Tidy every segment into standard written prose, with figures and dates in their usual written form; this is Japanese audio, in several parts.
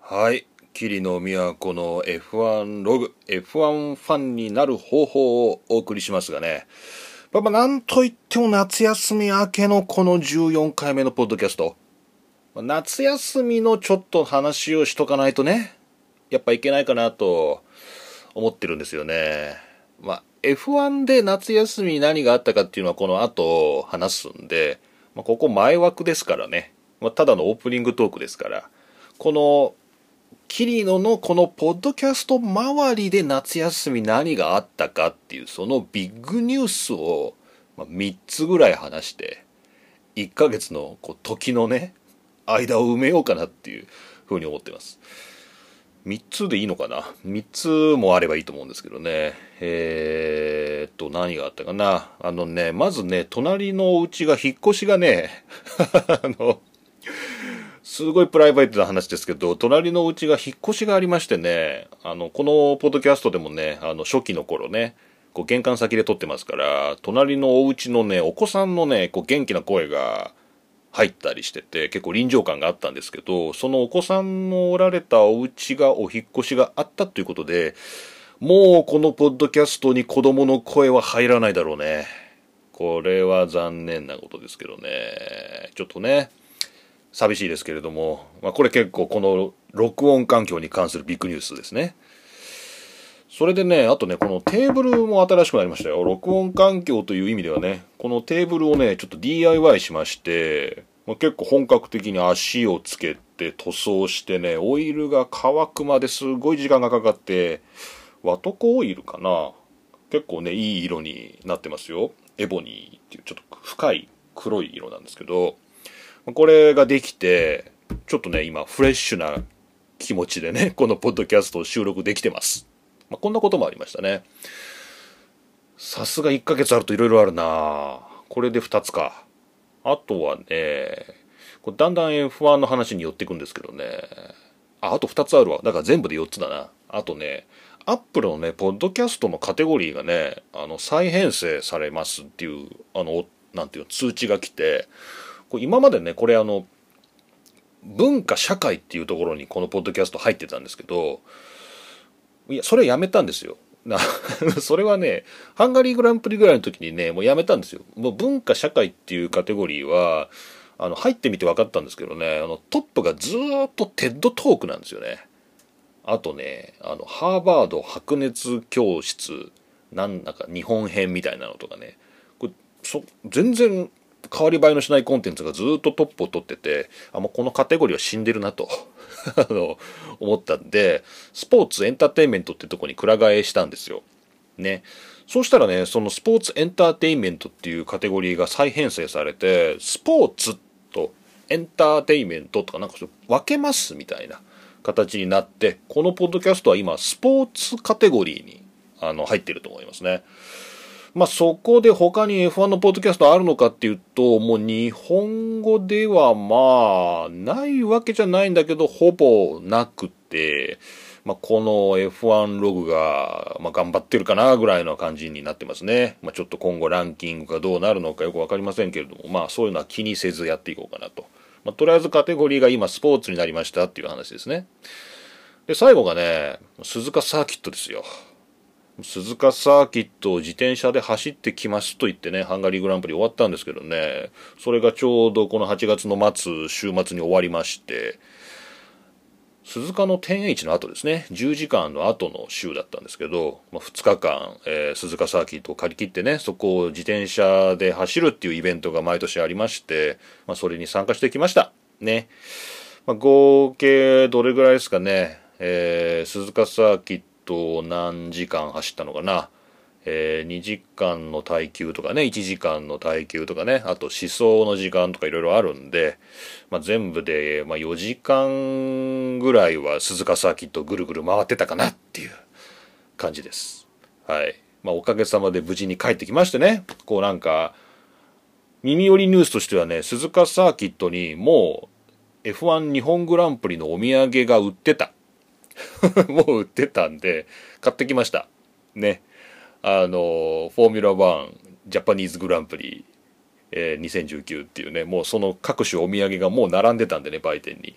はい。桐野都の F1 ログ、F1 ファンになる方法をお送りしますがね。なんといっても夏休み明けのこの14回目のポッドキャスト。夏休みのちょっと話をしとかないとね、やっぱいけないかなと思ってるんですよね。F1 で夏休みに何があったかっていうのはこの後話すんで、ここ前枠ですからね。ただのオープニングトークですから、この桐野のこのポッドキャスト周りで夏休み何があったかっていうそのビッグニュースを3つぐらい話して1ヶ月の時のね間を埋めようかなっていうふうに思ってます。3つでいいのかな。3つもあればいいと思うんですけどね。何があったかな。まずね、隣のお家が引っ越しがねすごいプライベートな話ですけど、隣のお家が引っ越しがありましてね、このポッドキャストでもね、初期の頃ね、玄関先で撮ってますから、隣のお家のね、お子さんのね、元気な声が入ったりしてて、結構臨場感があったんですけど、そのお子さんのおられたお家がお引っ越しがあったということで、もうこのポッドキャストに子供の声は入らないだろうね。これは残念なことですけどね。ちょっとね、寂しいですけれども、これ結構この録音環境に関するビッグニュースですね。それでね、あとね、このテーブルも新しくなりましたよ。録音環境という意味ではね、このテーブルをね、ちょっと DIY しまして、結構本格的に足をつけて塗装してね、オイルが乾くまですごい時間がかかって、ワトコオイルかな、結構ね、いい色になってますよ。エボニーっていうちょっと深い黒い色なんですけど、これができて、ちょっとね、今、フレッシュな気持ちでね、このポッドキャストを収録できてます。こんなこともありましたね。さすが1ヶ月あると色々あるな。これで2つか。あとはね、だんだん F1 の話に寄っていくんですけどね。あと2つあるわ。だから全部で4つだな。あとね、アップルのね、ポッドキャストのカテゴリーがね、再編成されますっていう、なんていうの、通知が来て、今までね、これ文化社会っていうところにこのポッドキャスト入ってたんですけど、いや、それやめたんですよ。それはね、ハンガリーグランプリぐらいの時にね、もうやめたんですよ。もう文化社会っていうカテゴリーは、入ってみて分かったんですけどね、トップがずーっとテッドトークなんですよね。あとね、ハーバード白熱教室、なんだか日本編みたいなのとかね、これ全然変わり映えのしないコンテンツがずっとトップを取ってて、もうこのカテゴリーは死んでるなと思ったんで、スポーツエンターテインメントってとこにくら替えしたんですよ。ね。そうしたらね、そのスポーツエンターテインメントっていうカテゴリーが再編成されて、スポーツとエンターテインメントとかなんか分けますみたいな形になって、このポッドキャストは今スポーツカテゴリーに入ってると思いますね。そこで他に F1 のポッドキャストあるのかっていうと、もう日本語ではないわけじゃないんだけど、ほぼなくて、この F1 ログが、頑張ってるかなぐらいの感じになってますね。ちょっと今後ランキングがどうなるのかよくわかりませんけれども、そういうのは気にせずやっていこうかなと。とりあえずカテゴリーが今スポーツになりましたっていう話ですね。で、最後がね、鈴鹿サーキットですよ。鈴鹿サーキットを自転車で走ってきますと言ってね、ハンガリーグランプリ終わったんですけどね、それがちょうどこの8月の週末に終わりまして、鈴鹿の 10H の後ですね、10時間の後の週だったんですけど、2日間、鈴鹿サーキットを借り切ってね、そこを自転車で走るっていうイベントが毎年ありまして、それに参加してきました。ね。合計どれぐらいですかね、鈴鹿サーキット何時間走ったのかな、2時間の耐久とかね、1時間の耐久とかね、あと思想の時間とかいろいろあるんで、全部で4時間ぐらいは鈴鹿サーキットぐるぐる回ってたかなっていう感じです。はい。おかげさまで無事に帰ってきましてね、なんか耳寄りニュースとしてはね、鈴鹿サーキットにもう F1 日本グランプリのお土産が売ってたもう売ってたんで買ってきましたね。フォーミュラ1ジャパニーズグランプリ、2019っていうね、もうその各種お土産がもう並んでたんでね、売店に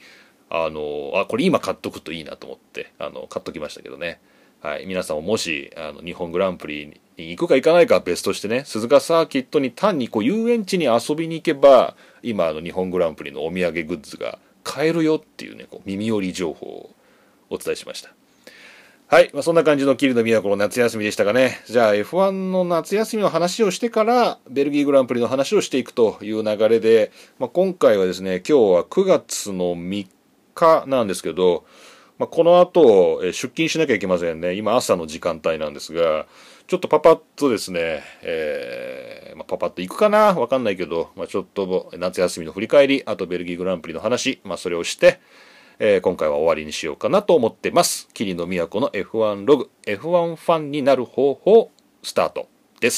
これ今買っとくといいなと思って、買っときましたけどね。はい。皆さんももし、日本グランプリに行くか行かないかは別としてね、鈴鹿サーキットに単に遊園地に遊びに行けば、今日本グランプリのお土産グッズが買えるよっていうね、耳寄り情報をお伝えしました。はい。そんな感じの桐野都の夏休みでしたがね。じゃあ F1 の夏休みの話をしてから、ベルギーグランプリの話をしていくという流れで、今回はですね、今日は9月の3日なんですけど、この後、出勤しなきゃいけませんね。今朝の時間帯なんですが、ちょっとパパッとですね、パパッと行くかなわかんないけど、ちょっと夏休みの振り返り、あとベルギーグランプリの話、それをして、今回は終わりにしようかなと思ってます。桐野都の F1 ログ、F1 ファンになる方法、スタートです。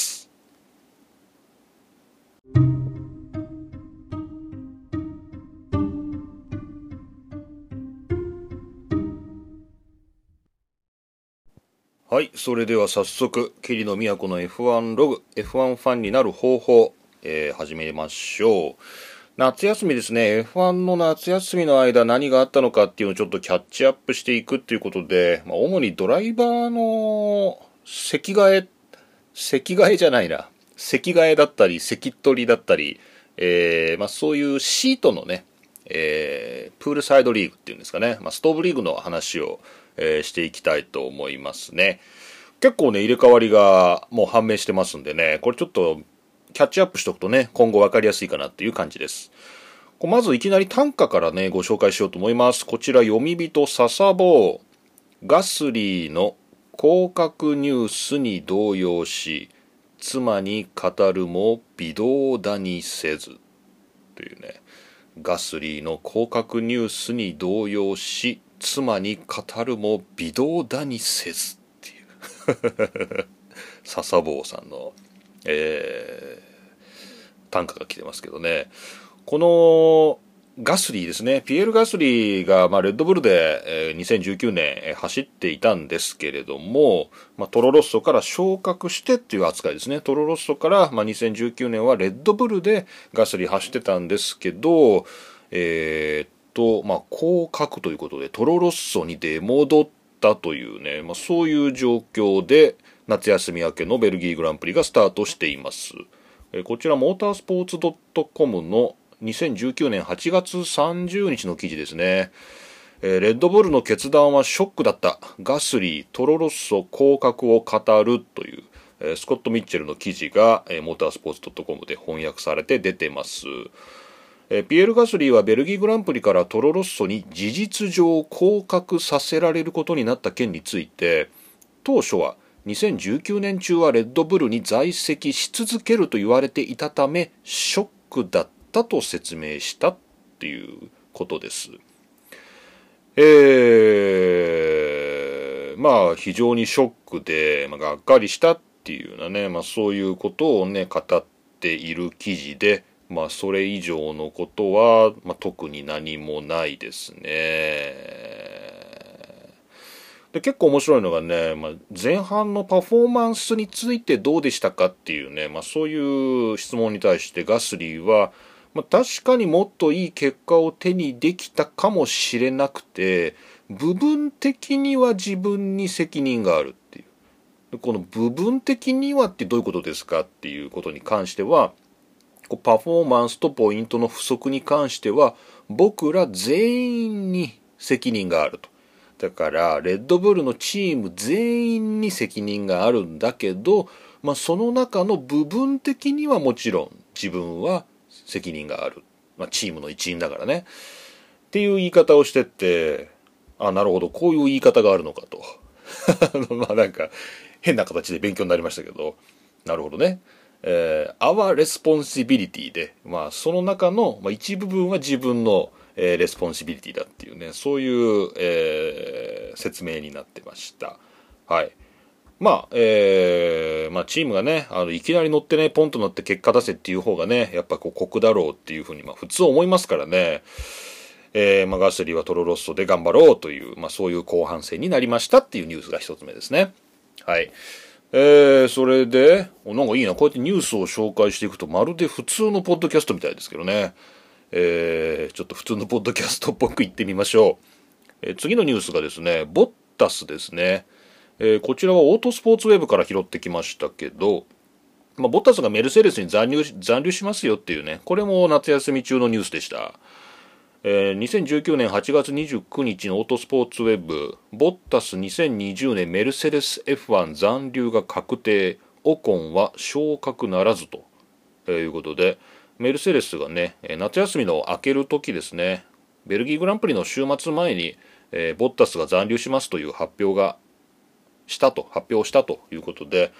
はい、それでは早速、桐野都の F1 ログ、F1 ファンになる方法、始めましょう。夏休みですね。F1 の夏休みの間何があったのかっていうのをちょっとキャッチアップしていくっていうことで、主にドライバーの席替えじゃないな。席替えだったり、席取りだったり、そういうシートのね、プールサイドリーグっていうんですかね。ストーブリーグの話を、していきたいと思いますね。結構ね、入れ替わりがもう判明してますんでね、これちょっとキャッチアップしておくとね、今後分かりやすいかなっていう感じです。まずいきなり単価からね、ご紹介しようと思います。こちら、読み人笹坊。ガスリーの広角ニュースに動揺し、妻に語るも微動だにせず。というね、ガスリーの広角ニュースに動揺し、妻に語るも微動だにせずっていう笹坊さんの、短歌が来てますけどね。このガスリーですね、ピエール・ガスリーが、レッドブルで、2019年、走っていたんですけれども、トロロッソから昇格してっていう扱いですね。トロロッソから、2019年はレッドブルでガスリー走ってたんですけど、降格ということでトロロッソに出戻ったというね、そういう状況で夏休み明けのベルギーグランプリがスタートしています。こちらモータースポーツ .com の2019年8月30日の記事ですね。レッドブルの決断はショックだった。ガスリー、トロロッソ降格を語るという、スコット・ミッチェルの記事が、モータースポーツ .com で翻訳されて出てます。ピエール・ガスリーはベルギーグランプリからトロロッソに事実上降格させられることになった件について、当初は2019年中はレッドブルに在籍し続けると言われていたためショックだったと説明したっていうことです。非常にショックで、がっかりしたっていうようなね、そういうことをね語っている記事で、それ以上のことは、特に何もないですね。で、結構面白いのがね、前半のパフォーマンスについてどうでしたかっていうね、そういう質問に対してガスリーは、確かにもっといい結果を手にできたかもしれなくて、部分的には自分に責任があるっていう。この部分的にはってどういうことですかっていうことに関しては、パフォーマンスとポイントの不足に関しては僕ら全員に責任があると。だからレッドブルのチーム全員に責任があるんだけど、その中の部分的にはもちろん自分は責任がある、チームの一員だからねっていう言い方をしてって、なるほど、こういう言い方があるのかとなんか変な形で勉強になりましたけど、なるほどね。our responsibility で、その中の、一部分は自分の、レスポンシビリティだっていうね、そういう、説明になってました。はい。チームがね、いきなり乗ってね、ポンと乗って結果出せっていう方がね、やっぱ酷だろうっていうふうに、普通思いますからね。ガスリーはトロロッソで頑張ろうという、そういう後半戦になりましたっていうニュースが一つ目ですね。はい。それで、なんかいいな、こうやってニュースを紹介していくと、まるで普通のポッドキャストみたいですけどね。 ちょっと普通のポッドキャストっぽく言ってみましょう。次のニュースがですね、ボッタスですね。こちらはオートスポーツウェブから拾ってきましたけど、ボッタスがメルセデスに残留しますよっていうね、これも夏休み中のニュースでした。2019年8月29日のオートスポーツウェブ、ボッタス2020年メルセデス F1 残留が確定、オコンは昇格ならずということで、メルセデスがね、夏休みの明ける時ですね、ベルギーグランプリの週末前に、ボッタスが残留しますという発表したということで、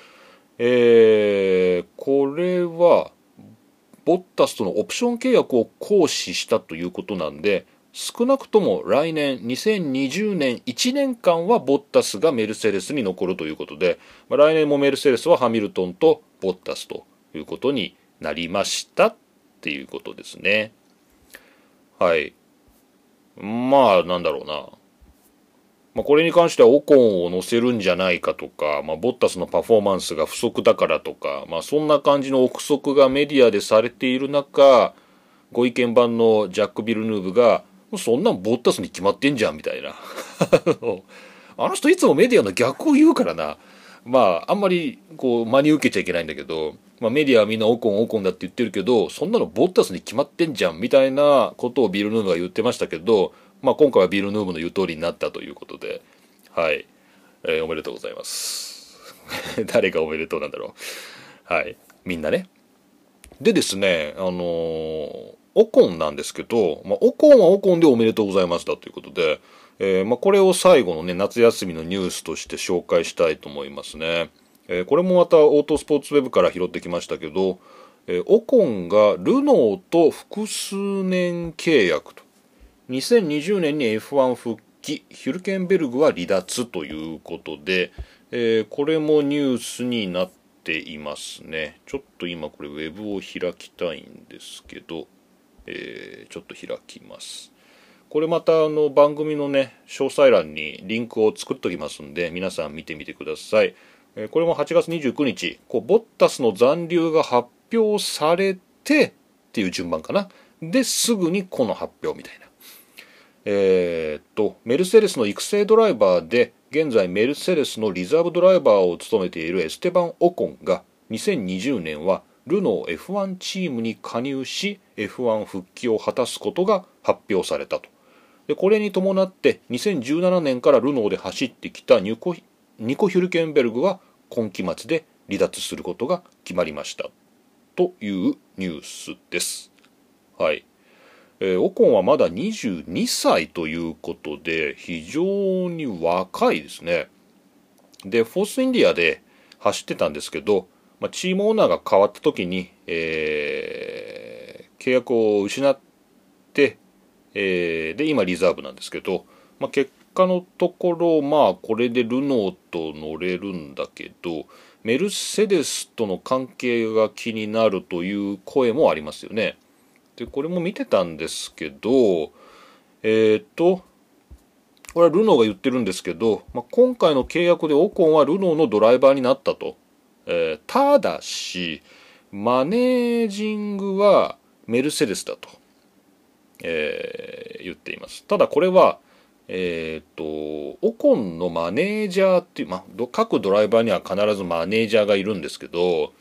これはボッタスとのオプション契約を行使したということなんで、少なくとも来年2020年1年間はボッタスがメルセデスに残るということで、来年もメルセデスはハミルトンとボッタスということになりましたっていうことですね。はい。なんだろうな。これに関してはオコンを乗せるんじゃないかとか、ボッタスのパフォーマンスが不足だからとか、そんな感じの憶測がメディアでされている中、ご意見番のジャック・ビルヌーブが、そんなんボッタスに決まってんじゃんみたいな。あの人いつもメディアの逆を言うからな。あんまり真に受けちゃいけないんだけど、メディアはみんなオコンだって言ってるけど、そんなのボッタスに決まってんじゃんみたいなことをビルヌーブが言ってましたけど、今回はビルヌーブの言う通りになったということで、はい、おめでとうございます。誰がおめでとうなんだろう。はい、みんなね。でですね、オコンなんですけど、オコンはオコンでおめでとうございますだということで、これを最後のね、夏休みのニュースとして紹介したいと思いますね。これもまたオートスポーツウェブから拾ってきましたけど、オコンがルノーと複数年契約と。2020年に F1 復帰、ヒュルケンベルグは離脱ということで、これもニュースになっていますね。ちょっと今これウェブを開きたいんですけど、ちょっと開きます。これまた番組のね、詳細欄にリンクを作っておきますんで、皆さん見てみてください。これも8月29日、ボッタスの残留が発表されてっていう順番かな。で、すぐにこの発表みたいな。メルセデスの育成ドライバーで現在メルセデスのリザーブドライバーを務めているエステバン・オコンが2020年はルノー F1 チームに加入し F1 復帰を果たすことが発表されたと。でこれに伴って2017年からルノーで走ってきたニコ・ヒュルケンベルグは今期末で離脱することが決まりましたというニュースです。はい。オコンはまだ22歳ということで非常に若いですね。でフォースインディアで走ってたんですけど、チームオーナーが変わった時に、契約を失って、で今リザーブなんですけど、結果のところこれでルノーと乗れるんだけど、メルセデスとの関係が気になるという声もありますよね。でこれも見てたんですけど、これはルノーが言ってるんですけど、今回の契約でオコンはルノーのドライバーになったと。ただしマネージングはメルセデスだと、言っています。ただこれはオコンのマネージャーっていう、各ドライバーには必ずマネージャーがいるんですけど、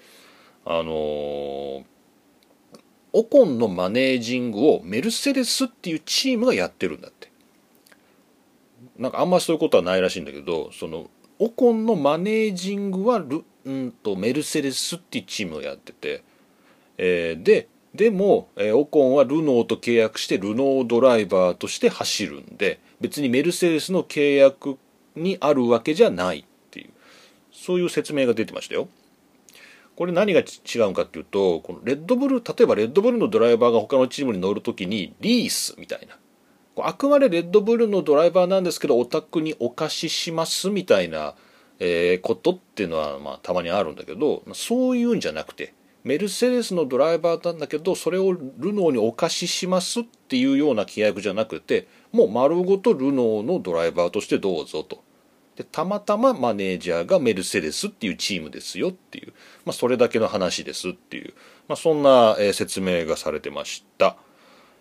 オコンのマネージングをメルセデスっていうチームがやってるんだって。あんまそういうことはないらしいんだけど、そのオコンのマネージングはメルセデスっていうチームがやってて、でも、オコンはルノーと契約してルノードライバーとして走るんで、別にメルセデスの契約にあるわけじゃないっていう、そういう説明が出てましたよ。これ何が違うかっていうと、このレッドブル、例えばレッドブルのドライバーが他のチームに乗るときにリースみたいな、あくまでレッドブルのドライバーなんですけどお宅にお貸ししますみたいな、ことっていうのはたまにあるんだけど、そういうんじゃなくてメルセデスのドライバーなんだけどそれをルノーにお貸ししますっていうような契約じゃなくて、もう丸ごとルノーのドライバーとしてどうぞと。でたまたまマネージャーがメルセデスっていうチームですよっていう、それだけの話ですっていう、そんな説明がされてました。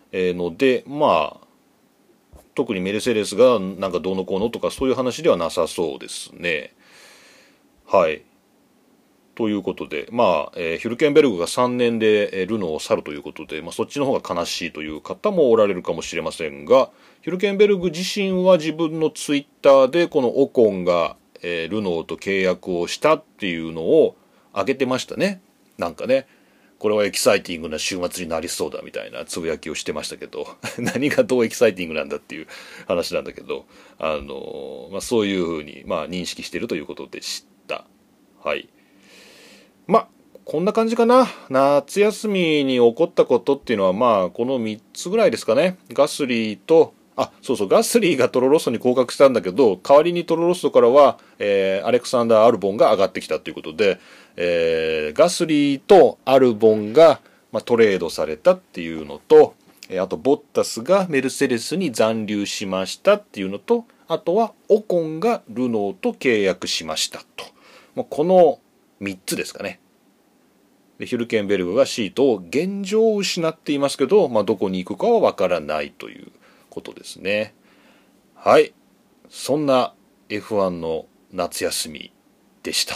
ので、まあ特にメルセデスがなんかどうのこうのとかそういう話ではなさそうですね。はい。ということで、まあ、ヒュルケンベルグが3年で、ルノーを去るということで、まあ、そっちの方が悲しいという方もおられるかもしれませんが、ヒュルケンベルグ自身は自分のツイッターでこのオコンが、ルノーと契約をしたっていうのを上げてましたね。なんかね、これはエキサイティングな週末になりそうだみたいなつぶやきをしてましたけど何がどうエキサイティングなんだっていう話なんだけど、まあ、そういうふうに、まあ、認識しているということでした。はい。まあこんな感じかな。夏休みに起こったことっていうのはまあこの3つぐらいですかね。ガスリーとそうそう、ガスリーがトロロッソに降格したんだけど、代わりにトロロッソからは、アレクサンダー・アルボンが上がってきたということで、ガスリーとアルボンが、まあ、トレードされたっていうのと、あとボッタスがメルセデスに残留しましたっていうのと、あとはオコンがルノーと契約しましたと。まあ、この3つですかね。でヒュルケンベルグがシートを現状失っていますけど、まあ、どこに行くかはわからないということですね。はい。そんな F1 の夏休みでした。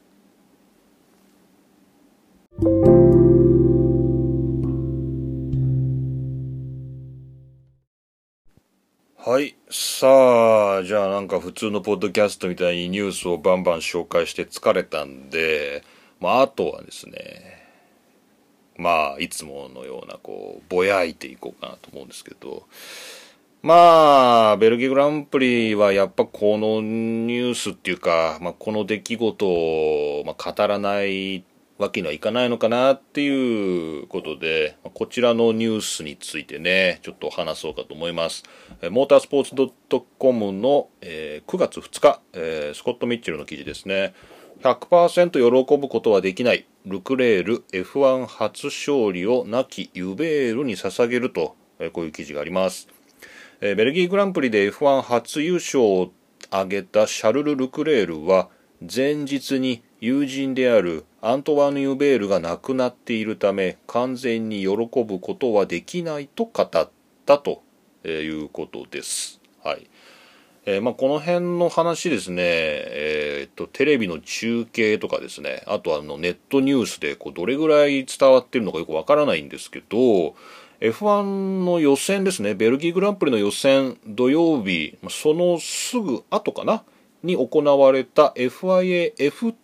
はい。さあ、じゃあなんか普通のポッドキャストみたいにニュースをバンバン紹介して疲れたんで、まああとはですね、まあいつものようなこうぼやいていこうかなと思うんですけど、まあベルギーグランプリはやっぱこのニュースっていうか、まあ、この出来事を、まあ、語らないわけにはいかないのかなっていうことで、こちらのニュースについてねちょっと話そうかと思います。モータースポーツ .com の9月2日スコット・ミッチェルの記事ですね。100% 喜ぶことはできない。ルクレール F1 初勝利を亡きユベールに捧げると、こういう記事があります。ベルギーグランプリで F1 初優勝を挙げたシャルル・ルクレールは前日に友人であるアントワーヌ・ユベールが亡くなっているため完全に喜ぶことはできないと語ったということです。はい。まあ、この辺の話ですね、テレビの中継とかですね、あとはネットニュースでこうどれぐらい伝わってるのかよくわからないんですけど、F1 の予選ですね、ベルギーグランプリの予選土曜日、そのすぐ後かなに行われた FIA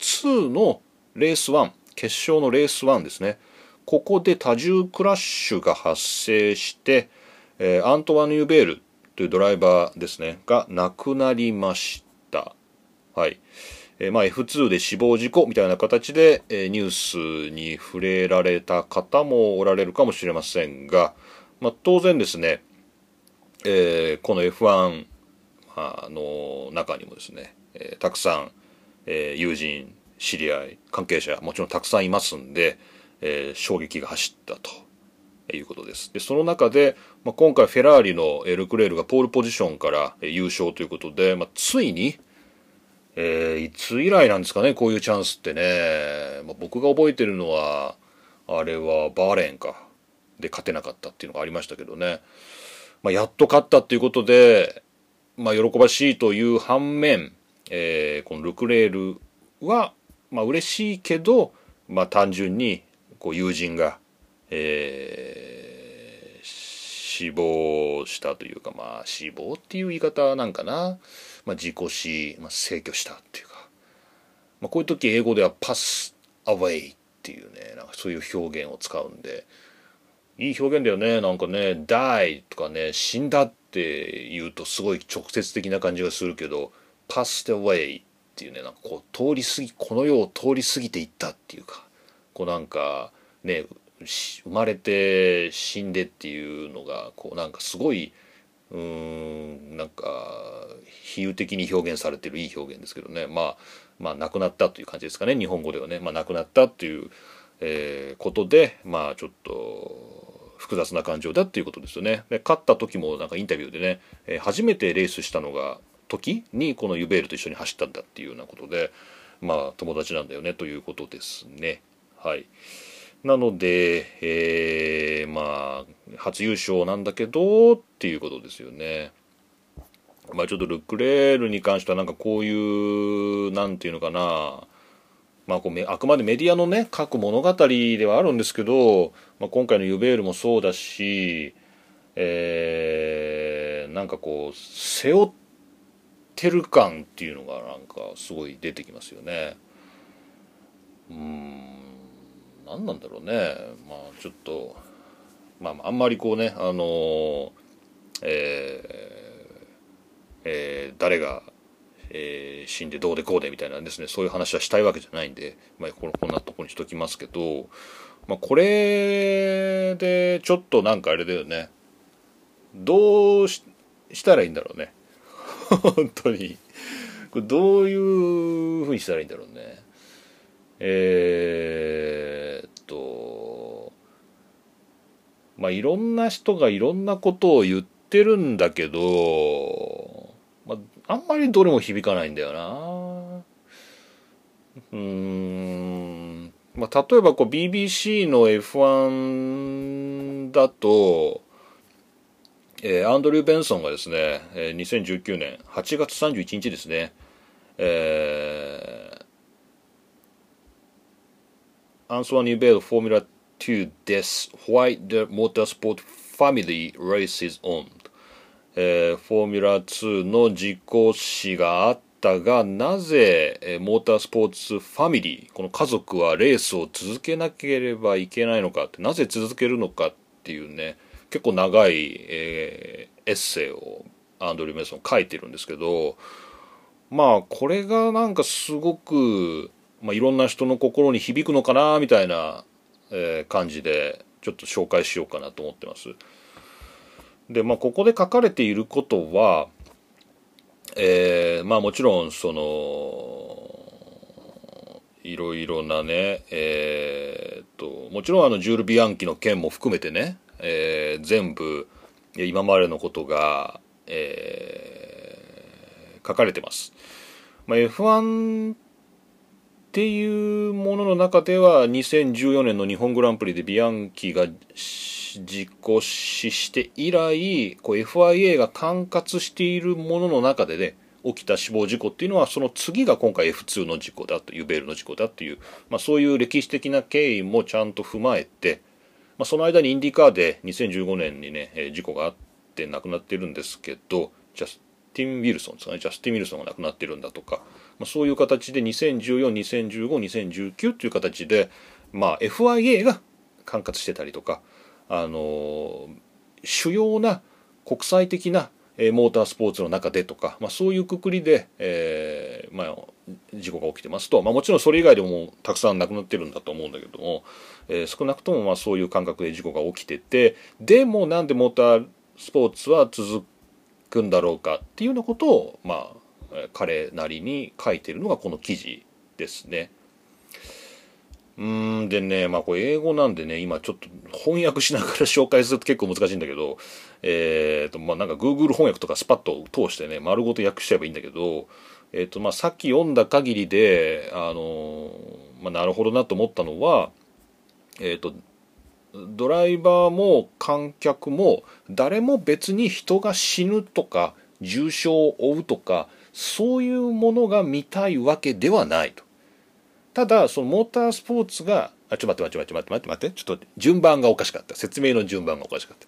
F2 のレース1、決勝のレース1ですね。ここで多重クラッシュが発生して、アントワーヌ・ユベールというドライバーですねが亡くなりました。はい。まあ F2 で死亡事故みたいな形で、ニュースに触れられた方もおられるかもしれませんが、まあ、当然ですね、この F1 の中にもですね、たくさん、友人知り合い関係者もちろんたくさんいますんで、衝撃が走ったということです。でその中で、まあ、今回フェラーリのルクレールがポールポジションから優勝ということで、まあ、ついに、いつ以来なんですかねこういうチャンスってね、まあ、僕が覚えてるのはあれはバーレーンかで勝てなかったっていうのがありましたけどね、まあ、やっと勝ったっていうことで、まあ、喜ばしいという反面、このルクレールは、まあ嬉しいけど、まあ、単純にこう友人が、死亡したというか、まあ死亡っていう言い方なんかな、まあ、事故死、まあ、逝去したっていうか、まあ、こういう時英語ではパスアウェイっていうね、なんかそういう表現を使うんで、いい表現だよね。なんかね die とかね死んだって言うとすごい直接的な感じがするけど passed away っていうね、なんかこう通り過ぎこの世を通り過ぎていったっていうか、こうなんかね生まれて死んでっていうのがこうなんかすごいなんか比喩的に表現されてるいい表現ですけどね、まあ亡くなったという感じですかね、日本語ではね、まあ、亡くなったっていう、ことでまあちょっと複雑な感情だっていうことですよね。で勝った時もなんかインタビューでね、初めてレースしたのが時にこのユベールと一緒に走ったんだっていうようなことで、まあ友達なんだよねということですね。はい。 なので、まあ初優勝なんだけどっていうことですよね。まあちょっとルクレールに関してはなんかこういうなんていうのかな、まああくまでメディアのね書く物語ではあるんですけど、まあ、今回のユベールもそうだし、なんかこう背負ってる感っていうのがなんかすごい出てきますよね。何なんだろうね。まあちょっとまああんまりこうね誰が、死んでどうでこうでみたいなですね、そういう話はしたいわけじゃないんで、まあ、こんなとこにしときますけど、まあ、これでちょっとなんかあれだよね、どうしたらいいんだろうね本当にこれどういうふうにしたらいいんだろうね。まあいろんな人がいろんなことを言ってるんだけど、まあ、あんまりどれも響かないんだよな。まあ、例えばこう BBC の F1 だと、アンドリュー・ベンソンがですね、2019年8月31日ですね、アンソワニー・ベールフォーミュラ2 Deaths Why the Motorsport Family Races On、フォーミュラ2の事故死があったがなぜモータースポーツファミリーこの家族はレースを続けなければいけないのかって、なぜ続けるのかっていうね結構長い、エッセイをアンドリュー・メイソン書いてるんですけど、まあこれがなんかすごく、まあ、いろんな人の心に響くのかなみたいな、感じでちょっと紹介しようかなと思ってます。でまあここで書かれていることは、まあもちろんそのいろいろなねもちろんジュール・ビアンキの件も含めてね、全部今までのことが、書かれてます。まあ、F1 っていうものの中では2014年の日本グランプリでビアンキが事故死して以来こう FIA が管轄しているものの中でね起きた死亡事故っていうのはその次が今回 F2 の事故だというベールの事故だという、まあ、そういう歴史的な経緯もちゃんと踏まえて、まあ、その間にインディカーで2015年にね事故があって亡くなってるんですけど、ジャスティン・ウィルソンですかね、ジャスティン・ウィルソンが亡くなってるんだとか、まあ、そういう形で2014、2015、2019という形で、まあ、FIA が管轄してたりとか、主要な国際的なモータースポーツの中でとか、まあ、そういうくくりで、まあ、事故が起きてますと、まあ、もちろんそれ以外でもたくさん亡くなってるんだと思うんだけども、少なくともまあそういう感覚で事故が起きてて、でもなんでモータースポーツは続くんだろうかっていうようなことを、まあ、彼なりに書いてるのがこの記事ですね。でね、まあこれ英語なんでね、今ちょっと翻訳しながら紹介すると結構難しいんだけど、まあなんか Google 翻訳とかスパッと通してね、丸ごと訳しちゃえばいいんだけど、まあさっき読んだ限りで、まあなるほどなと思ったのは、ドライバーも観客も誰も別に人が死ぬとか重傷を負うとかそういうものが見たいわけではないと。ただそのモータースポーツがちょっと待ってちょっと順番がおかしかった、説明の順番がおかしかった、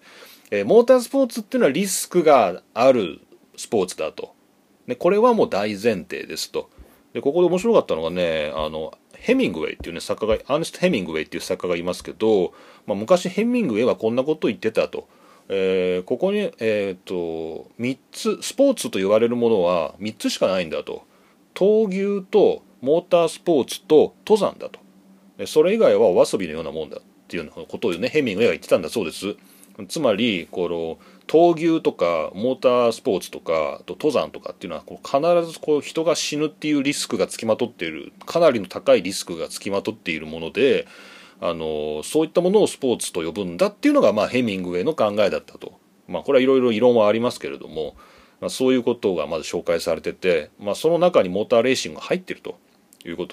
モータースポーツっていうのはリスクがあるスポーツだと。でこれはもう大前提ですと。でここで面白かったのがね、ヘミングウェイっていうね作家が、アーネスト・ヘミングウェイっていう作家がいますけど、まあ、昔ヘミングウェイはこんなことを言ってたと。ここに、3つスポーツと言われるものは3つしかないんだと。闘牛とモータースポーツと登山だと。それ以外はお遊びのようなもんだっていうようなことをねヘミングウェイが言ってたんだそうです。つまりこの闘牛とかモータースポーツとかあと登山とかっていうのは必ず人が死ぬっていうリスクがつきまとっている、かなりの高いリスクがつきまとっているもので、そういったものをスポーツと呼ぶんだっていうのが、まあ、ヘミングウェイの考えだったと。まあこれはいろいろ異論はありますけれども、まあ、そういうことがまず紹介されてて、まあ、その中にモーターレーシングが入っているということで、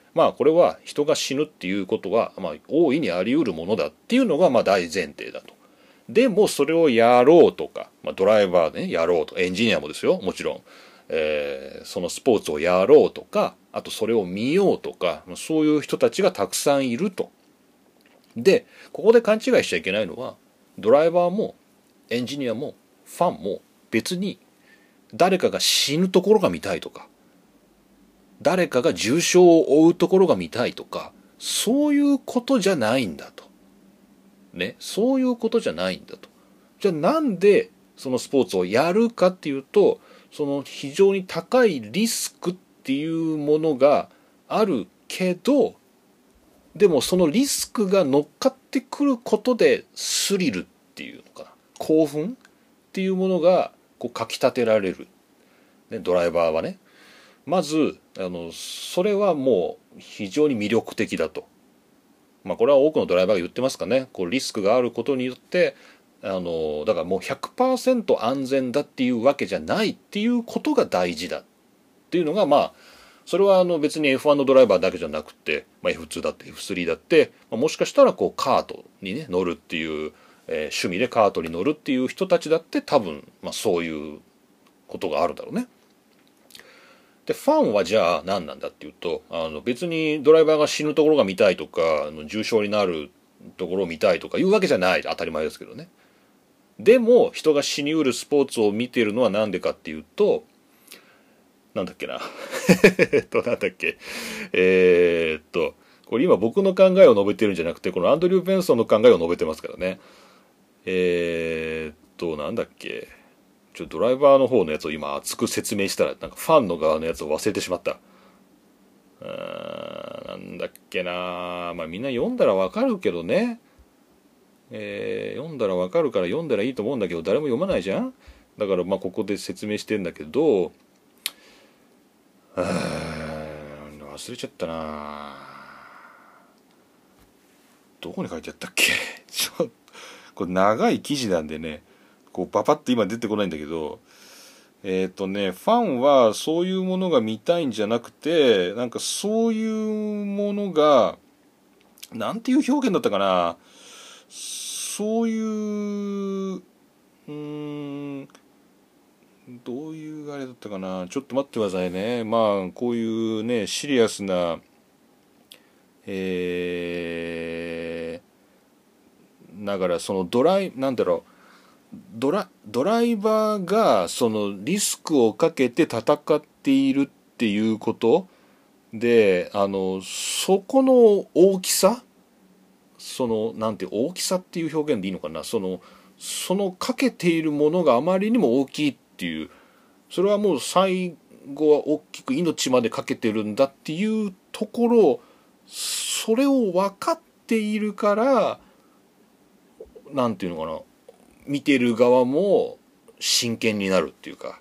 まあこれは人が死ぬっていうことは、まあ、大いにあり得るものだっていうのがまあ大前提だと。でもそれをやろうとか、まあ、ドライバーでねやろうとか、エンジニアもですよもちろん、そのスポーツをやろうとか、あとそれを見ようとか、そういう人たちがたくさんいると。でここで勘違いしちゃいけないのは、ドライバーもエンジニアもファンも別に誰かが死ぬところが見たいとか、誰かが重傷を負うところが見たいとか、そういうことじゃないんだと。ね、そういうことじゃないんだと。じゃあなんでそのスポーツをやるかっていうと、その非常に高いリスクっていうものがあるけど、でもそのリスクが乗っかってくることでスリルっていうのかな、興奮っていうものがこうかき立てられる、ね、ドライバーはね、まずそれはもう非常に魅力的だと。まあこれは多くのドライバーが言ってますかね。こうリスクがあることによってだからもう 100% 安全だっていうわけじゃないっていうことが大事だっていうのが、まあそれは別に F1 のドライバーだけじゃなくて、まあ、F2 だって F3 だって、まあ、もしかしたらこうカートにね乗るっていう、趣味でカートに乗るっていう人たちだって多分、まあ、そういうことがあるだろうね。でファンはじゃあ何なんだっていうと、別にドライバーが死ぬところが見たいとか重傷になるところを見たいとかいうわけじゃない、当たり前ですけどね。でも人が死にうるスポーツを見てるのは何でかっていうと、なんだっけななんだっけこれ今僕の考えを述べてるんじゃなくて、このアンドリュー・ベンソンの考えを述べてますからね。なんだっけ、ドライバーの方のやつを今熱く説明したらなんかファンの側のやつを忘れてしまった。なんだっけな、まあみんな読んだらわかるけどね、読んだらわかるから読んだらいいと思うんだけど、誰も読まないじゃん。だからまあここで説明してんだけど、忘れちゃったな。どこに書いてあったっけこれ長い記事なんでね、こうパパッと今出てこないんだけど、ファンはそういうものが見たいんじゃなくて、なんかそういうものが、なんていう表現だったかな、そういう、どういうあれだったかな、ちょっと待ってくださいね。まあこういうねシリアスなだからそのなんだろう、ドライバーがそのリスクをかけて戦っているっていうことで、そこの大きさ、そのなんて大きさっていう表現でいいのかな、そのかけているものがあまりにも大きいっていう、それはもう最後は大きく命までかけてるんだっていうところ、それを分かっているから、なんていうのかな、見てる側も真剣になるっていうか、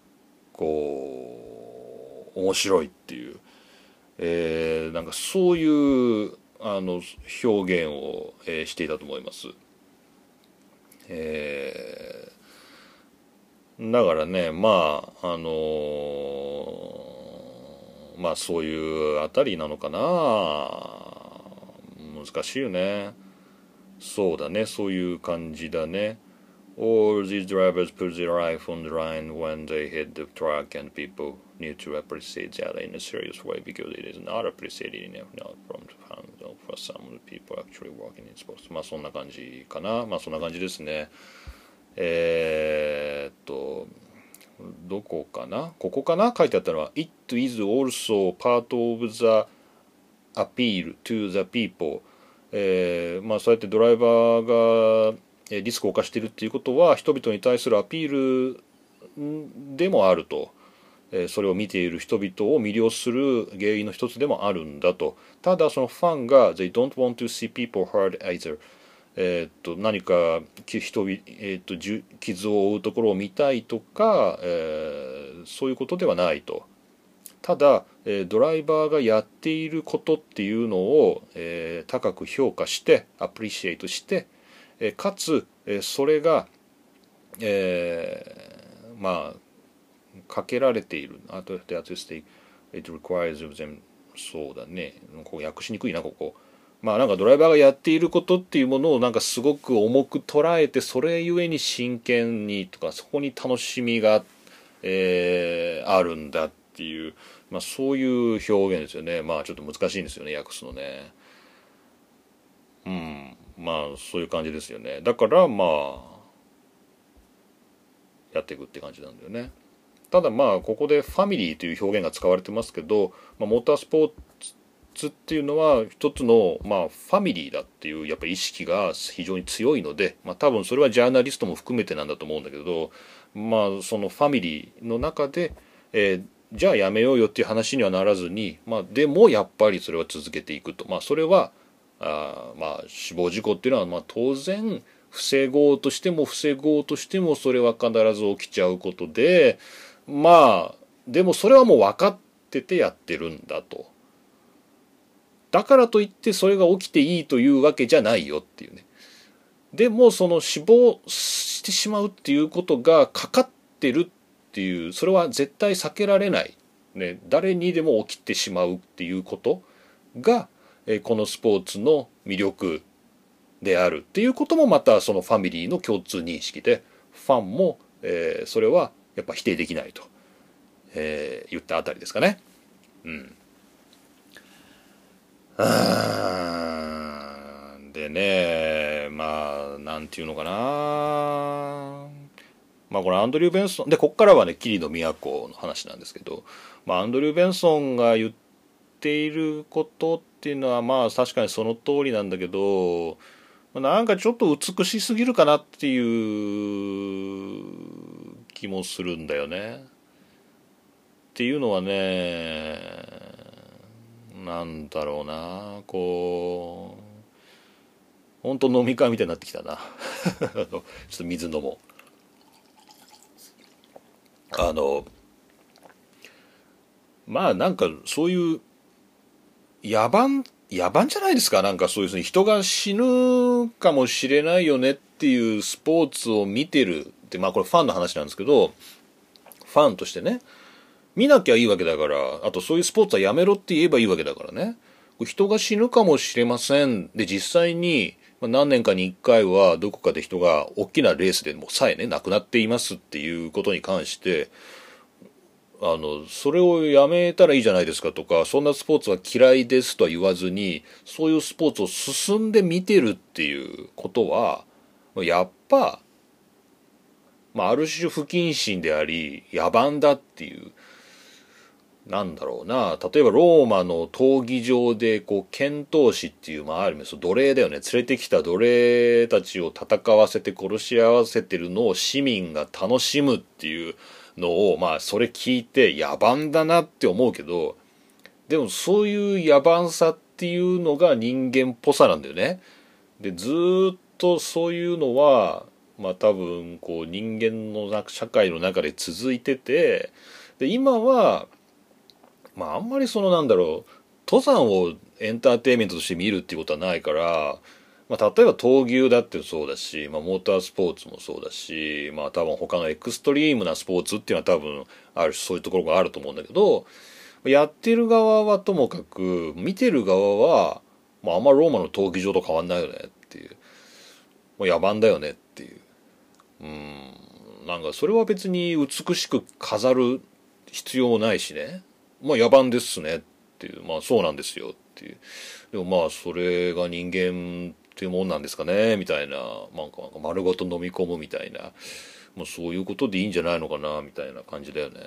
こう面白いっていう、なんかそういう表現を、していたと思います。だからね、まあまあそういうあたりなのかな。難しいよね。そうだね、そういう感じだね。All these drivers put their life on the line when they hit the track, and people need to appreciate that in a serious way because it is not appreciated enough not from the fans or for some of the people actually working in sports. まあそんな感じかな。まあそんな感じですね。どこかな、ここかな、書いてあったのは It is also part of the appeal to the people、まあそうやってドライバーがリスクを冒しているっていうことは人々に対するアピールでもあると、それを見ている人々を魅了する原因の一つでもあるんだと。ただそのファンが They don't want to see people hurt either、何か傷を負うところを見たいとか、そういうことではないと。ただ、ドライバーがやっていることっていうのを、高く評価してアプリシエイトして、かつ、それが、まあかけられている。あとで It requires of them そうだね、こう訳しにくいなここ。まあなんかドライバーがやっていることっていうものをなんかすごく重く捉えて、それゆえに真剣にとか、そこに楽しみが、あるんだっていう、まあそういう表現ですよね。まあちょっと難しいんですよね、訳すのね。うん、まあそういう感じですよね。だからまあやっていくって感じなんだよね。ただまあここでファミリーという表現が使われてますけど、まあ、モータースポーツっていうのは一つのまあファミリーだっていうやっぱり意識が非常に強いので、まあ、多分それはジャーナリストも含めてなんだと思うんだけど、まあそのファミリーの中で、じゃあやめようよっていう話にはならずに、まあ、でもやっぱりそれは続けていくと、まあ、それはまあ死亡事故っていうのはまあ当然防ごうとしても防ごうとしてもそれは必ず起きちゃうことで、まあでもそれはもう分かっててやってるんだと。だからといってそれが起きていいというわけじゃないよっていうね。でもその死亡してしまうっていうことがかかってるっていう、それは絶対避けられない、ね、誰にでも起きてしまうっていうことがこのスポーツの魅力であるっていうこともまたそのファミリーの共通認識で、ファンも、それはやっぱ否定できないと、言ったあたりですかね。うん。でね、まあなんていうのかな、まあこれアンドリュー・ベンソンで、こっからはね桐野都の話なんですけど、まあ、アンドリュー・ベンソンが言っていることっていうのはまあ確かにその通りなんだけど、なんかちょっと美しすぎるかなっていう気もするんだよね。っていうのはね、なんだろうな、こう本当飲み会みたいになってきたなちょっと水飲もう。まあなんかそういう野蛮じゃないですか。なんかそういうふうに人が死ぬかもしれないよねっていうスポーツを見てるって、まあこれファンの話なんですけど、ファンとしてね見なきゃいいわけだから、あとそういうスポーツはやめろって言えばいいわけだからね。人が死ぬかもしれませんで、実際に何年かに1回はどこかで人が大きなレースでもさえね亡くなっていますっていうことに関して、それをやめたらいいじゃないですかとか、そんなスポーツは嫌いですとは言わずに、そういうスポーツを進んで見てるっていうことはやっぱ、まあ、ある種不謹慎であり野蛮だっていう、なんだろうな、例えばローマの闘技場でこう剣闘士っていう、まあある意味奴隷だよね、連れてきた奴隷たちを戦わせて殺し合わせてるのを市民が楽しむっていうのを、まあそれ聞いて野蛮だなって思うけど、でもそういう野蛮さっていうのが人間っぽさなんだよね。でずっとそういうのはまあ多分こう人間の社会の中で続いてて、で今はまああんまりそのなんだろう、登山をエンターテインメントとして見るっていうことはないから、まあ、例えば闘牛だってそうだし、まあ、モータースポーツもそうだし、まあ多分他のエクストリームなスポーツっていうのは多分あるし、そういうところがあると思うんだけど、やってる側はともかく見てる側は、まあ、あんまローマの闘技場と変わんないよねっていう、もう野蛮だよねっていう、なんかそれは別に美しく飾る必要もないしね、まあ野蛮ですねっていう、まあそうなんですよっていう、でもまあそれが人間っていうもんなんですかねみたいな、なんか丸ごと飲み込むみたいな、もうそういうことでいいんじゃないのかなみたいな感じだよね。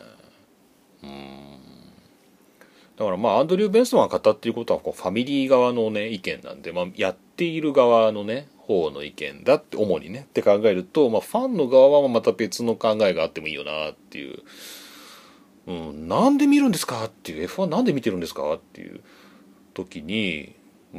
だからまあアンドリュー・ベンソンが語っていることはこうファミリー側のね意見なんで、まあ、やっている側のね方の意見だって主にねって考えると、まあ、ファンの側はまた別の考えがあってもいいよなっていう、なんで見るんですかっていう、 F1 なんで見てるんですかっていう時に、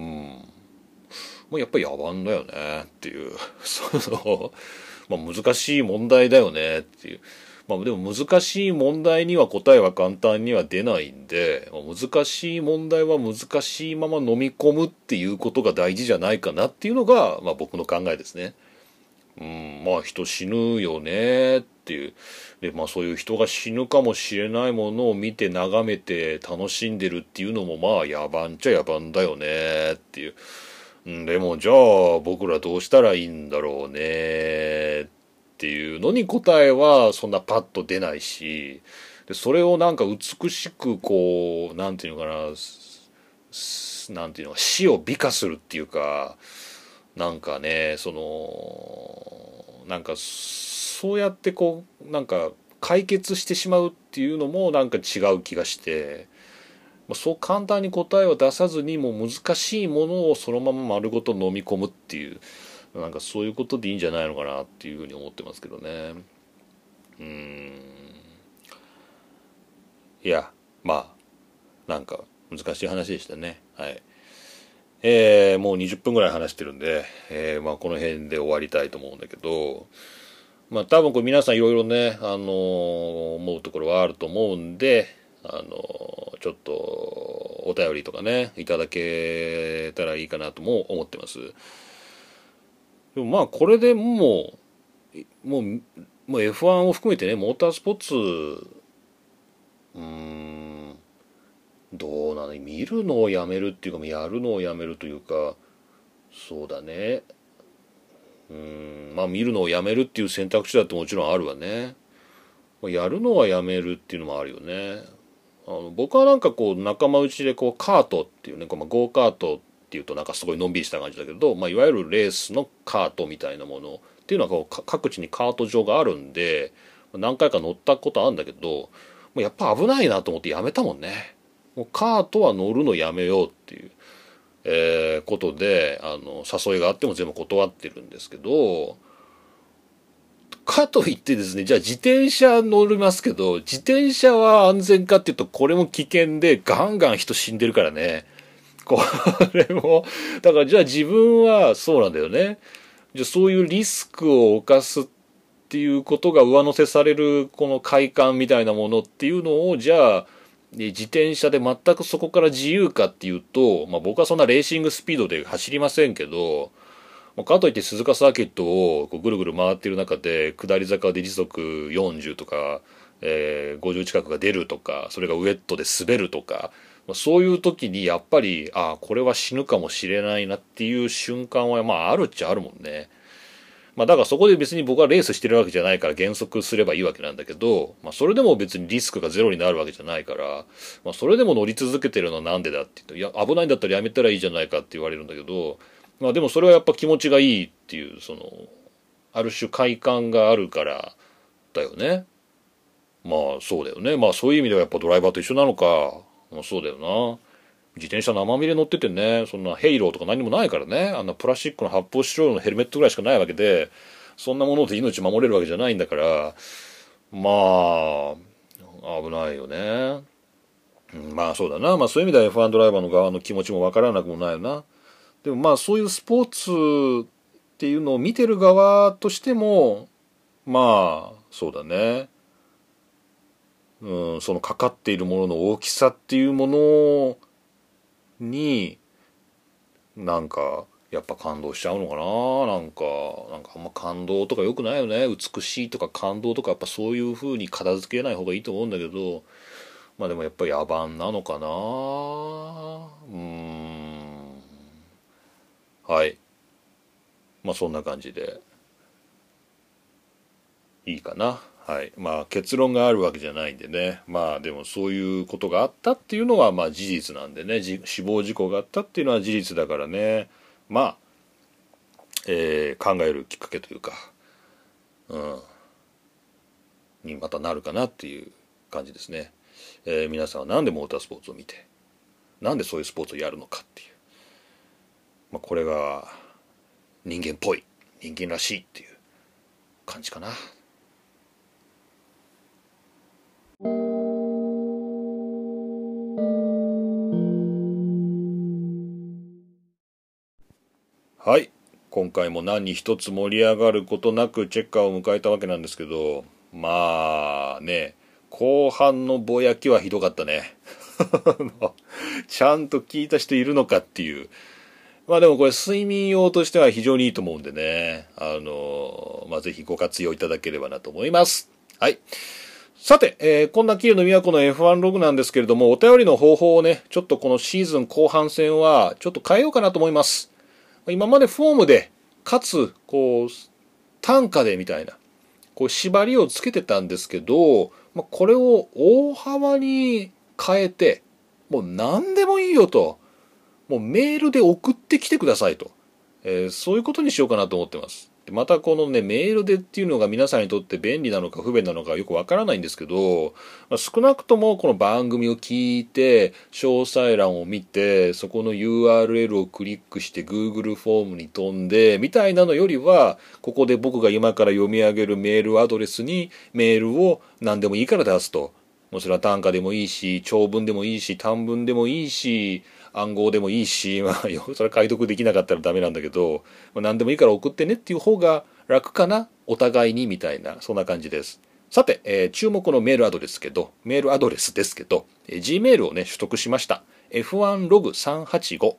もうやっぱり野蛮だよねっていうその、まあ、難しい問題だよねっていう、まあでも難しい問題には答えは簡単には出ないんで、難しい問題は難しいまま飲み込むっていうことが大事じゃないかなっていうのが、まあ僕の考えですね。まあ人死ぬよねっっていう。で、まあそういう人が死ぬかもしれないものを見て眺めて楽しんでるっていうのもまあ野蛮っちゃ野蛮だよねっていう。でもじゃあ僕らどうしたらいいんだろうねっていうのに答えはそんなパッと出ないし、でそれをなんか美しくこう、なんていうのかな、なんていうのか、死を美化するっていうか、なんかね、なんかそうやってこうなんか解決してしまうっていうのもなんか違う気がして、そう簡単に答えを出さずにもう難しいものをそのまま丸ごと飲み込むっていう、なんかそういうことでいいんじゃないのかなっていうふうに思ってますけどね。いや、まあなんか難しい話でしたね。はい。もう20分ぐらい話してるんで、まあこの辺で終わりたいと思うんだけど、まあ多分これ皆さんいろいろね、思うところはあると思うんで、ちょっとお便りとかね、いただけたらいいかなとも思ってます。でもまあこれでもう F1 を含めてね、モータースポーツ、どうなの、見るのをやめるっていうか、やるのをやめるというか、そうだね。まあ見るのをやめるっていう選択肢だってもちろんあるわね。やるのはやめるっていうのもあるよね。僕はなんかこう仲間内でこうカートっていうね、ゴーカートっていうとなんかすごいのんびりした感じだけど、まあ、いわゆるレースのカートみたいなものっていうのはこう各地にカート場があるんで何回か乗ったことあるんだけど、もうやっぱ危ないなと思ってやめたもんね。もうカートは乗るのやめようっていう、ことで誘いがあっても全部断ってるんですけど、かといってですね、じゃあ自転車乗りますけど、自転車は安全かっていうと、これも危険で、ガンガン人死んでるからね。これも、だからじゃあ自分はそうなんだよね。じゃあそういうリスクを冒すっていうことが上乗せされる、この快感みたいなものっていうのを、じゃあ、自転車で全くそこから自由かっていうと、まあ僕はそんなレーシングスピードで走りませんけど、かといって鈴鹿サーキットをこうぐるぐる回っている中で下り坂で時速40とか、50近くが出るとか、それがウェットで滑るとか、そういう時にやっぱりこれは死ぬかもしれないなっていう瞬間はあるっちゃあるもんね。だからそこで別に僕はレースしてるわけじゃないから減速すればいいわけなんだけど、それでも別にリスクがゼロになるわけじゃないから、それでも乗り続けてるのはなんでだって言うと、いや危ないんだったらやめたらいいじゃないかって言われるんだけど、でもそれはやっぱ気持ちがいいっていう、ある種快感があるからだよね。そうだよね。そういう意味ではやっぱドライバーと一緒なのか。そうだよな。自転車生身で乗っててね、そんなヘイローとか何もないからね。あんなプラスチックの発泡スチロールのヘルメットぐらいしかないわけで、そんなもので命守れるわけじゃないんだから、危ないよね。そうだな。そういう意味では F1 ドライバーの側の気持ちもわからなくもないよな。でもそういうスポーツっていうのを見てる側としても、そうだね。そのかかっているものの大きさっていうものに、なんか、やっぱ感動しちゃうのかな。なんかあんま感動とか良くないよね。美しいとか感動とかやっぱそういう風に片付けない方がいいと思うんだけど、でもやっぱり野蛮なのかな。はい。そんな感じでいいかな。はい。結論があるわけじゃないんでね。でもそういうことがあったっていうのは事実なんでね。死亡事故があったっていうのは事実だからね。考えるきっかけというか、にまたなるかなっていう感じですね。皆さんはなんでモータースポーツを見て、なんでそういうスポーツをやるのかっていう。これが人間っぽい、人間らしいっていう感じかな。はい。今回も何一つ盛り上がることなくチェッカーを迎えたわけなんですけど、後半のぼやきはひどかったね。ちゃんと聞いた人いるのかっていう。でもこれ睡眠用としては非常にいいと思うんでね。ぜひご活用いただければなと思います。 はい。さて、こんな桐野都の F1 ログなんですけれども、お便りの方法をね、ちょっとこのシーズン後半戦は、ちょっと変えようかなと思います。今までフォームで、かつ、単価でみたいな、縛りをつけてたんですけど、これを大幅に変えて、もう何でもいいよと、もうメールで送ってきてくださいと、そういうことにしようかなと思ってます。でまたこのね、メールでっていうのが皆さんにとって便利なのか不便なのかよくわからないんですけど、少なくともこの番組を聞いて、詳細欄を見て、そこの URL をクリックして Google フォームに飛んで、みたいなのよりは、ここで僕が今から読み上げるメールアドレスにメールを何でもいいから出すと。もうそれは単価でもいいし、長文でもいいし、短文でもいいし、暗号でもいいし、それ解読できなかったらダメなんだけど、何でもいいから送ってねっていう方が楽かな、お互いにみたいな、そんな感じです。さて、注目のメールアドレスですけど、Gmail をね、取得しました。f1log385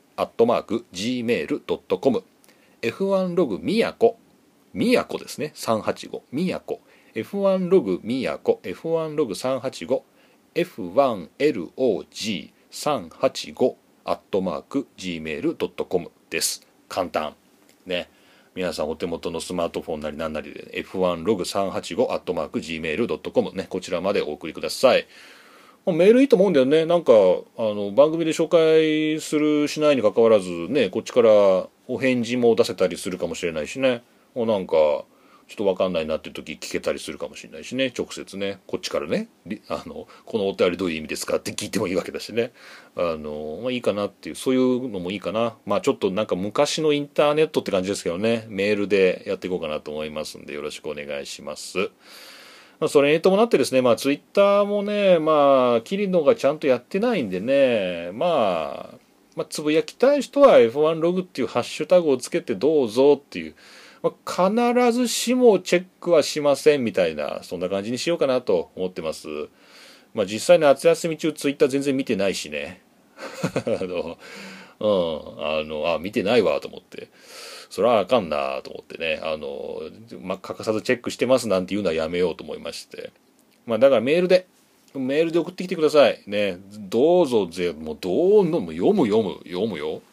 gmail.com f1log みやこですね、385みやこ F1log みやこ F1log385 F1log385 gmail.com です。簡単ね。皆さんお手元のスマートフォンなり何なりで F1log385 gmail.com ね、こちらまでお送りください。メールいいと思うんだよね。なんか番組で紹介するしないにかかわらずね、こっちからお返事も出せたりするかもしれないしね。なんかちょっと分かんないなっていう時聞けたりするかもしれないしね、直接ね、こっちからね、このお便りどういう意味ですかって聞いてもいいわけだしね、いいかなっていう、そういうのもいいかな。ちょっとなんか昔のインターネットって感じですけどね、メールでやっていこうかなと思いますんで、よろしくお願いします。それに伴ってですね、ツイッターもね、桐野がちゃんとやってないんでね、つぶやきたい人は F1 ログっていうハッシュタグをつけてどうぞっていう、必ずしもチェックはしませんみたいな、そんな感じにしようかなと思ってます。実際夏休み中ツイッター全然見てないしね。見てないわと思って。それはあかんなと思ってね。欠かさずチェックしてますなんていうのはやめようと思いまして。だからメールで送ってきてください。ね。どうぞもうどうのも読むよ。読むよ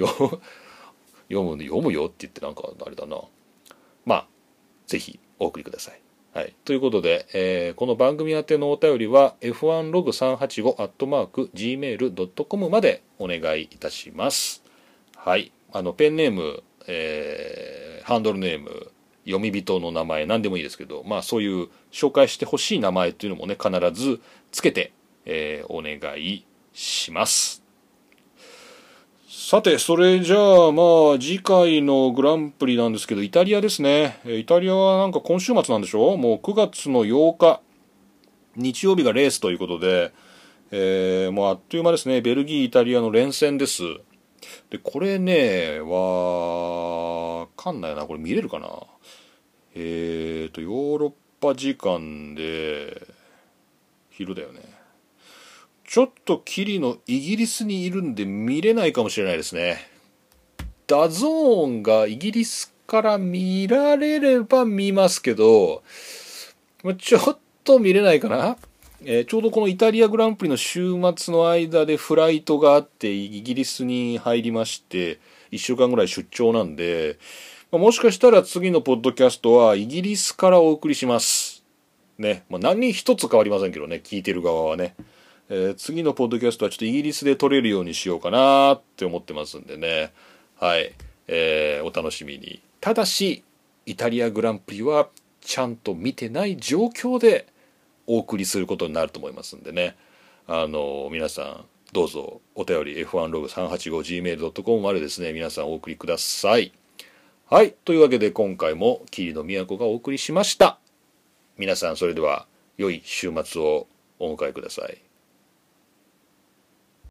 って言ってなんかあれだな。ぜひお送りください。はい。ということで、この番組宛てのお便りは f1log385 gmail.com までお願いいたします。はい。ペンネーム、ハンドルネーム、読み人の名前何でもいいですけど、そういう紹介してほしい名前っていうのもね、必ずつけて、お願いします。さて、それじゃあ次回のグランプリなんですけど、イタリアですね。イタリアはなんか今週末なんでしょう。もう9月の8日日曜日がレースということで、もうあっという間ですね。ベルギーイタリアの連戦です。でこれねわかんないな、これ見れるかな。ヨーロッパ時間で昼だよね。ちょっと桐野イギリスにいるんで見れないかもしれないですね。ダゾーンがイギリスから見られれば見ますけど、ちょっと見れないかな。ちょうどこのイタリアグランプリの週末の間でフライトがあってイギリスに入りまして1週間ぐらい出張なんで、もしかしたら次のポッドキャストはイギリスからお送りしますね。何一つ変わりませんけどね、聞いてる側はね。次のポッドキャストはちょっとイギリスで撮れるようにしようかなって思ってますんでね。はい、お楽しみに。ただしイタリアグランプリはちゃんと見てない状況でお送りすることになると思いますんでね。皆さんどうぞお便り f1log385gmail.com までですね、皆さんお送りください。はい、というわけで今回も桐野都がお送りしました。皆さんそれでは良い週末をお迎えください。